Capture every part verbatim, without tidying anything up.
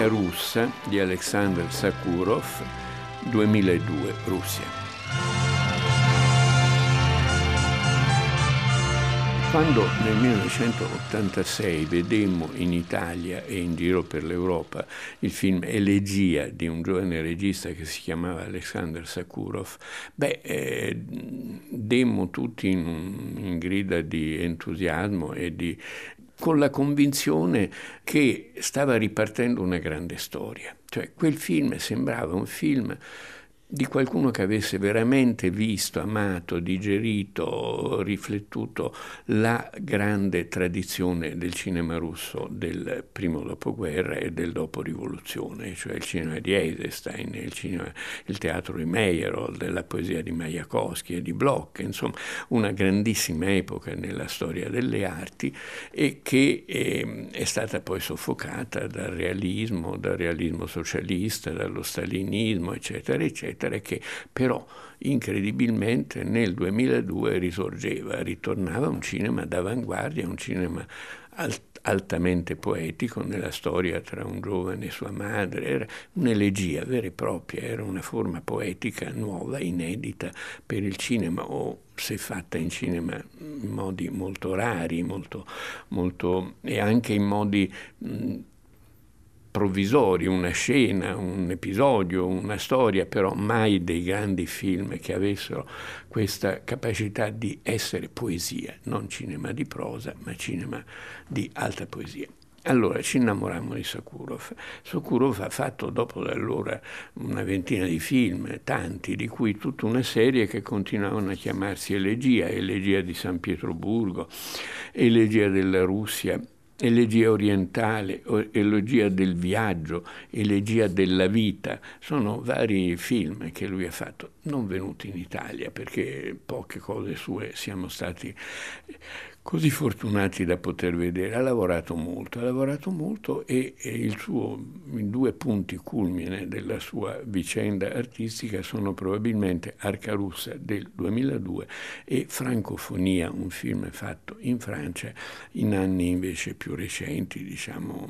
Arca russa di Alexander Sakurov, duemiladue, Russia. Quando nel millenovecentottantasei vedemmo in Italia e in giro per l'Europa il film Elegia di un giovane regista che si chiamava Alexander Sakurov, beh, eh, demmo tutti in, in grida di entusiasmo e di, con la convinzione che stava ripartendo una grande storia. Cioè, quel film sembrava un film di qualcuno che avesse veramente visto, amato, digerito, riflettuto la grande tradizione del cinema russo del primo dopoguerra e del dopo rivoluzione, cioè il cinema di Eisenstein, il, cinema, il teatro di Meyerhold, la poesia di Majakovsky e di Bloch, insomma una grandissima epoca nella storia delle arti e che eh, è stata poi soffocata dal realismo, dal realismo socialista, dallo stalinismo, eccetera, eccetera, che però incredibilmente nel duemiladue risorgeva, ritornava un cinema d'avanguardia, un cinema alt- altamente poetico nella storia tra un giovane e sua madre. Era un'elegia vera e propria, era una forma poetica nuova, inedita per il cinema, o se fatta in cinema in modi molto rari, molto, molto, e anche in modi mh, provvisori, una scena, un episodio, una storia, però mai dei grandi film che avessero questa capacità di essere poesia, non cinema di prosa, ma cinema di alta poesia. Allora ci innamorammo di Sakurov. Sakurov ha fatto dopo da allora una ventina di film, tanti, di cui tutta una serie che continuavano a chiamarsi Elegia, Elegia di San Pietroburgo, Elegia della Russia, Elegia orientale, Elegia del viaggio, Elegia della vita. Sono vari film che lui ha fatto, non venuti in Italia, perché poche cose sue siamo stati così fortunati da poter vedere. Ha lavorato molto, ha lavorato molto e, e il suo, i due punti culmine della sua vicenda artistica sono probabilmente Arca russa del duemiladue e Francofonia, un film fatto in Francia in anni invece più recenti, diciamo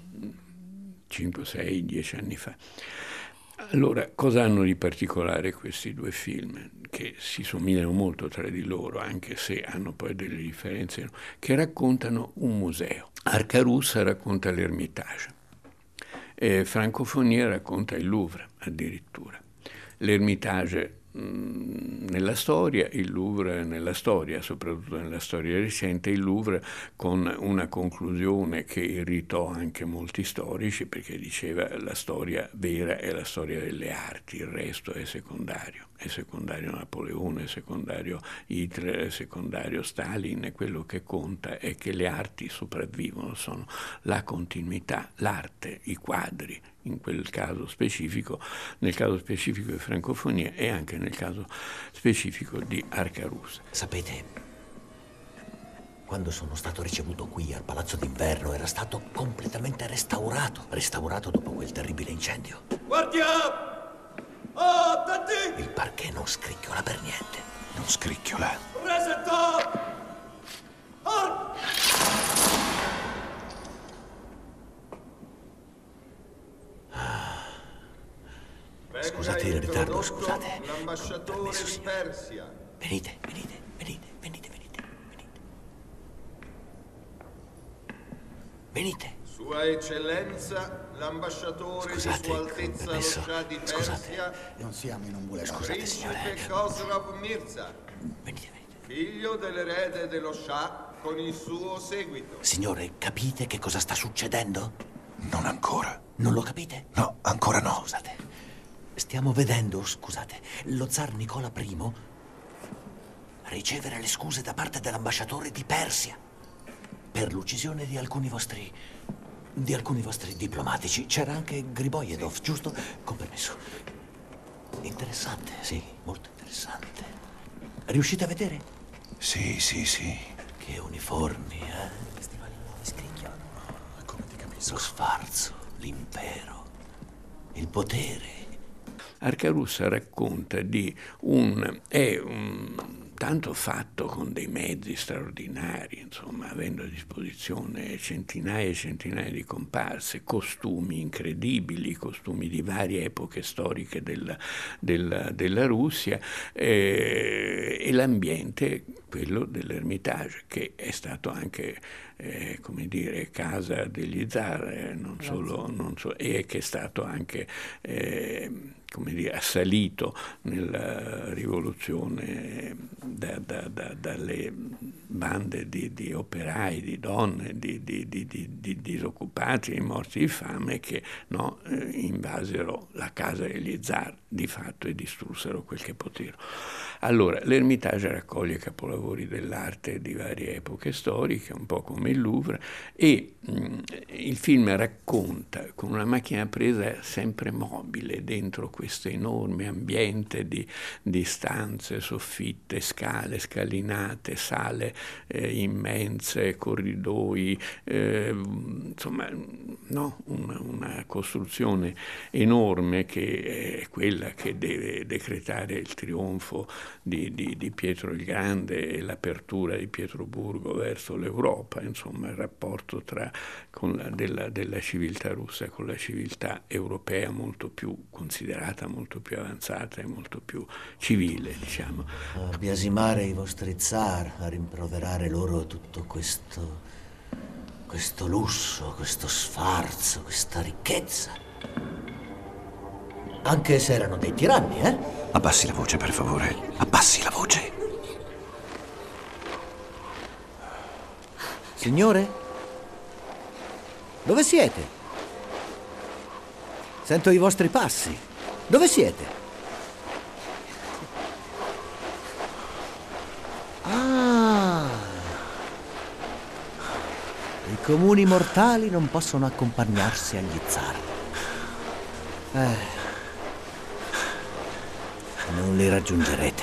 cinque, sei, dieci anni fa. Allora, cosa hanno di particolare questi due film? Che si somigliano molto tra di loro, anche se hanno poi delle differenze, che raccontano un museo. Arca russa racconta l'Ermitage, e Francofonia racconta il Louvre addirittura. L'Ermitage nella storia, il Louvre nella storia, soprattutto nella storia recente, il Louvre con una conclusione che irritò anche molti storici, perché diceva la storia vera è la storia delle arti, il resto è secondario. È secondario Napoleone, è secondario Hitler, è secondario Stalin, e quello che conta è che le arti sopravvivono, sono la continuità, l'arte, i quadri, in quel caso specifico, nel caso specifico di Francofonia e anche nel caso specifico di Arca russa. Sapete, quando sono stato ricevuto qui al Palazzo d'Inverno era stato completamente restaurato, restaurato dopo quel terribile incendio. Guardia! Oh, tanti! Il parquet non scricchiola per niente. Non scricchiola. Presento! Or! Scusate il ritardo, scusate. L'ambasciatore di Persia. Venite, venite, venite, venite, venite, venite. Venite. Sua Eccellenza, l'ambasciatore di Scusate, Sua Altezza lo permesso. Scià di Scusate. Persia, Non siamo in un buon Scusate, signore. Principe Khosrov Mirza, Venite, venite. figlio dell'erede dello Scià con il suo seguito. Signore, capite che cosa sta succedendo? Non ancora. Non lo capite? No, ancora no. Scusate. Stiamo vedendo, scusate, lo zar Nicola primo ricevere le scuse da parte dell'ambasciatore di Persia per l'uccisione di alcuni vostri di alcuni vostri diplomatici. C'era anche Gribojedov, sì, giusto? Con permesso. Interessante, sì, molto interessante. Riuscite a vedere? Sì, sì, sì. Che uniformi, eh? Questi vali nuovi scricchiolano. Come ti capisco? Lo sfarzo, l'impero, il potere. Arca russa racconta di un, è un tanto fatto con dei mezzi straordinari, insomma, avendo a disposizione centinaia e centinaia di comparse, costumi incredibili, costumi di varie epoche storiche della, della, della Russia, eh, e l'ambiente, quello dell'Ermitage, che è stato anche, eh, come dire, casa degli zar, eh, non solo, non so, e che è stato anche, eh, come dire, assalito nella rivoluzione da, da, da, dalle bande di, di operai, di donne, di, di, di, di, di disoccupati e morti di fame che, no, eh, invasero la casa degli zar di fatto e distrussero quel che poterono. Allora, l'Ermitage raccoglie capolavori dell'arte di varie epoche storiche, un po' come il Louvre, e mh, il film racconta con una macchina presa sempre mobile dentro questo enorme ambiente di, di stanze, soffitte, scale, scalinate, sale eh, immense, corridoi, eh, insomma, no, una, una costruzione enorme che è quella che deve decretare il trionfo Di, di, di Pietro il Grande e l'apertura di Pietroburgo verso l'Europa, insomma il rapporto tra, con la, della, della civiltà russa con la civiltà europea molto più considerata, molto più avanzata e molto più civile, diciamo. A biasimare i vostri zar, a rimproverare loro tutto questo, questo lusso, questo sfarzo, questa ricchezza. Anche se erano dei tiranni, eh? Abbassi la voce, per favore. Abbassi la voce. Signore? Dove siete? Sento i vostri passi. Dove siete? Ah! I comuni mortali non possono accompagnarsi agli zar. Eh... Non li raggiungerete.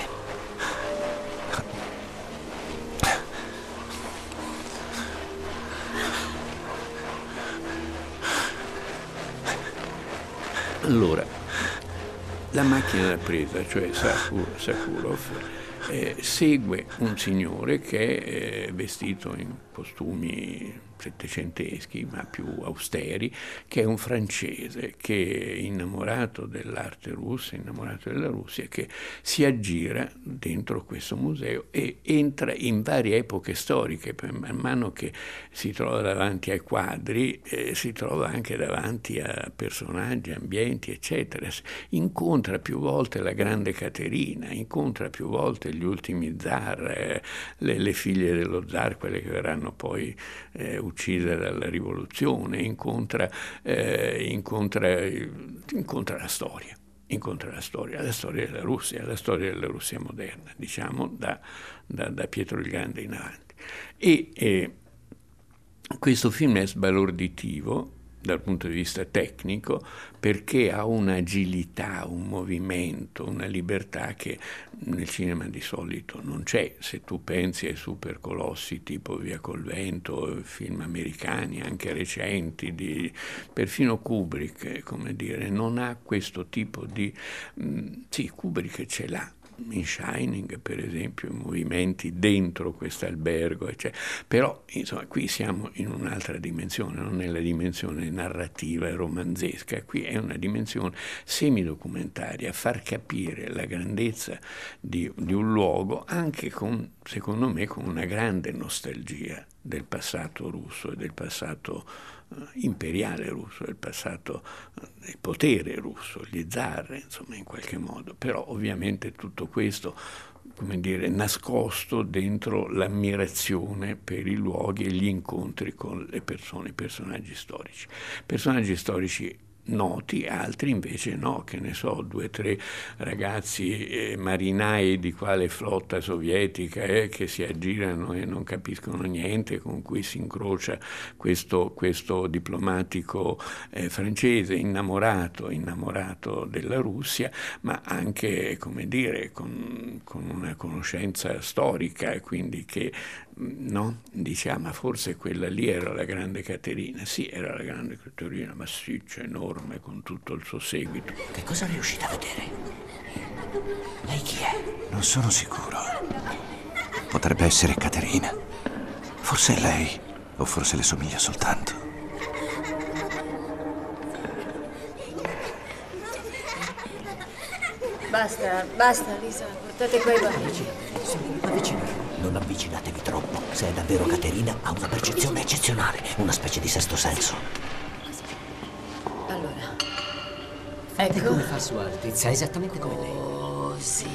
Allora, la macchina da presa, cioè Sakur, Sakurov, eh, segue un signore che è eh, vestito in costumi settecenteschi ma più austeri, che è un francese che è innamorato dell'arte russa, innamorato della Russia, che si aggira dentro questo museo e entra in varie epoche storiche. Man mano che si trova davanti ai quadri, eh, si trova anche davanti a personaggi, ambienti, eccetera. Incontra più volte la grande Caterina, incontra più volte gli ultimi zar, eh, le, le figlie dello zar, quelle che verranno poi eh, uccise dalla rivoluzione, incontra, eh, incontra, incontra la storia, incontra la storia, la storia della Russia, la storia della Russia moderna, diciamo, da, da, da Pietro il Grande in avanti. E eh, questo film è sbalorditivo dal punto di vista tecnico, perché ha un'agilità, un movimento, una libertà che nel cinema di solito non c'è. Se tu pensi ai supercolossi tipo Via col vento, film americani anche recenti, di, perfino Kubrick, come dire, non ha questo tipo di... Mh, sì, Kubrick ce l'ha. In Shining, per esempio, i movimenti dentro questo albergo, eccetera. Però insomma qui siamo in un'altra dimensione, non è la dimensione narrativa e romanzesca, qui è una dimensione semidocumentaria, far capire la grandezza di, di un luogo anche con, secondo me, con una grande nostalgia del passato russo e del passato imperiale russo, del passato del potere russo, gli zar, insomma, in qualche modo. Però ovviamente tutto questo, come dire, nascosto dentro l'ammirazione per i luoghi e gli incontri con le persone, i personaggi storici. Personaggi storici noti, altri invece no, che ne so, due o tre ragazzi eh, marinai di quale flotta sovietica eh, che si aggirano e non capiscono niente, con cui si incrocia questo, questo diplomatico eh, francese innamorato, innamorato della Russia, ma anche, come dire, con, con una conoscenza storica, quindi che no? Dice, ah, ma forse quella lì era la grande Caterina. Sì, era la grande Caterina, massiccia, enorme, con tutto il suo seguito. Che cosa riuscite a vedere? Lei chi è? Non sono sicuro. Potrebbe essere Caterina. Forse è lei, o forse le somiglia soltanto. Basta, basta, Lisa, portate quei bambini. Avvicinate. Non avvicinatevi troppo. Se è davvero Caterina, ha una percezione eccezionale, una specie di sesto senso. Allora, Fate ecco. come fa Sua Altezza, esattamente come lei. Così.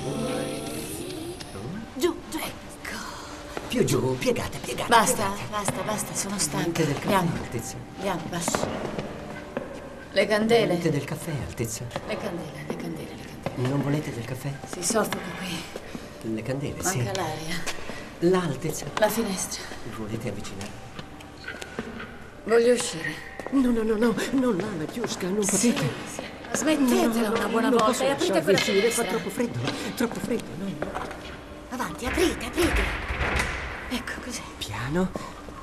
Giù, giù. Ecco. Più giù, piegate, piegate. Basta, piegate. basta, basta, sono Niente stanca. del caffè, Andiamo, Altezza. andiamo, basta. Le candele. Niente del caffè, Altezza. Le candele, le candele, le candele. Non volete del caffè? Si soffoca qui. Le candele, sì. Manca l'aria. Là, Altezza. La finestra. Volete avvicinare? Voglio uscire. No, no, no, no, non là, Mariuszka, non Sì, potete. sì. Ma smettetela una buona non volta posso e aprite quella lasciarvi uscire, fa finestra. troppo freddo, troppo freddo, no, no. Avanti, aprite, aprite. Ecco così. Piano.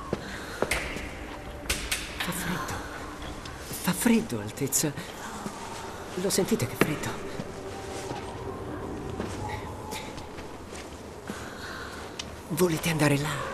Fa freddo. Fa freddo, Altezza. Lo sentite che freddo? Volete andare là?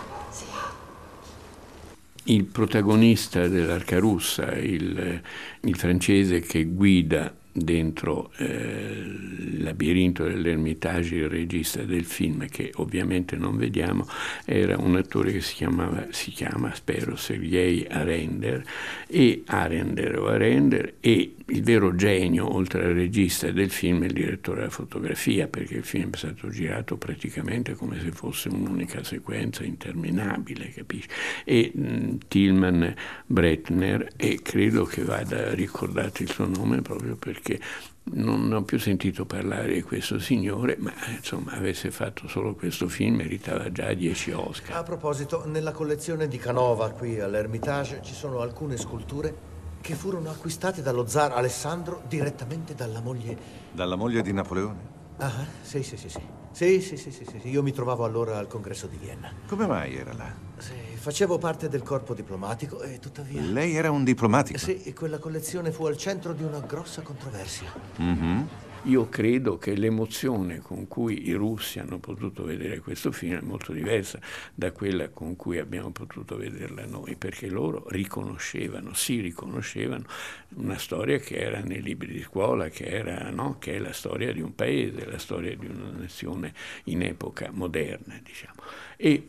Il protagonista dell'Arca Russa, il, il francese che guida dentro eh, il labirinto dell'Ermitage, il regista del film, che ovviamente non vediamo, era un attore che si chiamava, si chiama, spero, Sergei Arender, e Arender o Arender, e il vero genio, oltre al regista del film, è il direttore della fotografia, perché il film è stato girato praticamente come se fosse un'unica sequenza interminabile, capisci? E mh, Tilman Bretner, e credo che vada ricordato il suo nome proprio perché non ho più sentito parlare di questo signore, ma insomma avesse fatto solo questo film meritava già dieci Oscar. A proposito, nella collezione di Canova qui all'Ermitage ci sono alcune sculture che furono acquistate dallo zar Alessandro direttamente dalla moglie... Dalla moglie di Napoleone? Ah, sì, sì, sì, sì. Sì, sì, sì, sì, sì. Io mi trovavo allora al congresso di Vienna. Come mai era là? Sì, facevo parte del corpo diplomatico e tuttavia... Lei era un diplomatico? Sì, quella collezione fu al centro di una grossa controversia. Mm-hmm. Io credo che l'emozione con cui i russi hanno potuto vedere questo film è molto diversa da quella con cui abbiamo potuto vederla noi, perché loro riconoscevano, si riconoscevano una storia che era nei libri di scuola, che era, no? Che è la storia di un paese, la storia di una nazione in epoca moderna, diciamo. E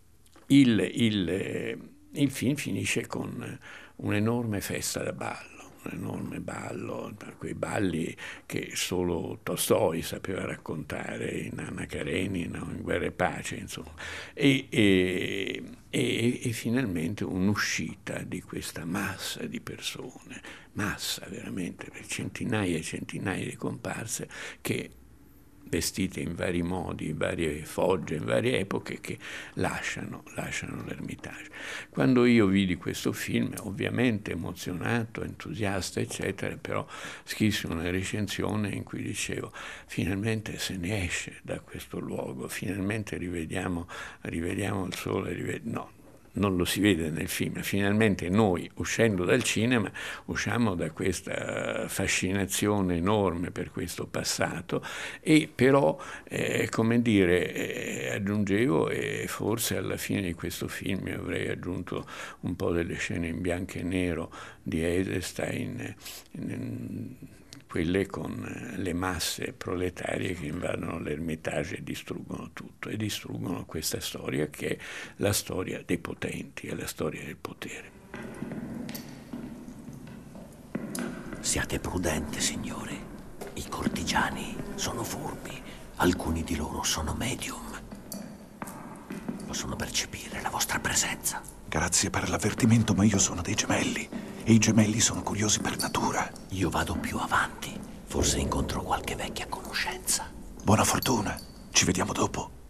il, il, il film finisce con un'enorme festa da ballo. Un enorme ballo, quei balli che solo Tolstoi sapeva raccontare in Anna Karenina o in Guerra e Pace, insomma, e, e, e, e finalmente un'uscita di questa massa di persone, massa veramente, per centinaia e centinaia di comparse che vestite in vari modi, in varie fogge, in varie epoche, che lasciano, lasciano l'Ermitage. Quando io vidi questo film, ovviamente emozionato, entusiasta, eccetera, però scrissi una recensione in cui dicevo finalmente se ne esce da questo luogo, finalmente rivediamo, rivediamo il sole, rived- no, non lo si vede nel film, finalmente noi, uscendo dal cinema, usciamo da questa fascinazione enorme per questo passato, e però, eh, come dire, eh, aggiungevo, e forse alla fine di questo film avrei aggiunto un po' delle scene in bianco e nero di Eisenstein, in, quelle con le masse proletarie che invadono l'Ermitage e distruggono tutto, e distruggono questa storia che è la storia dei potenti, è la storia del potere. Siate prudenti, signore. I cortigiani sono furbi, alcuni di loro sono medium. Possono percepire la vostra presenza. Grazie per l'avvertimento, ma io sono dei gemelli. E i gemelli sono curiosi per natura. Io vado più avanti. Forse incontro qualche vecchia conoscenza. Buona fortuna. Ci vediamo dopo.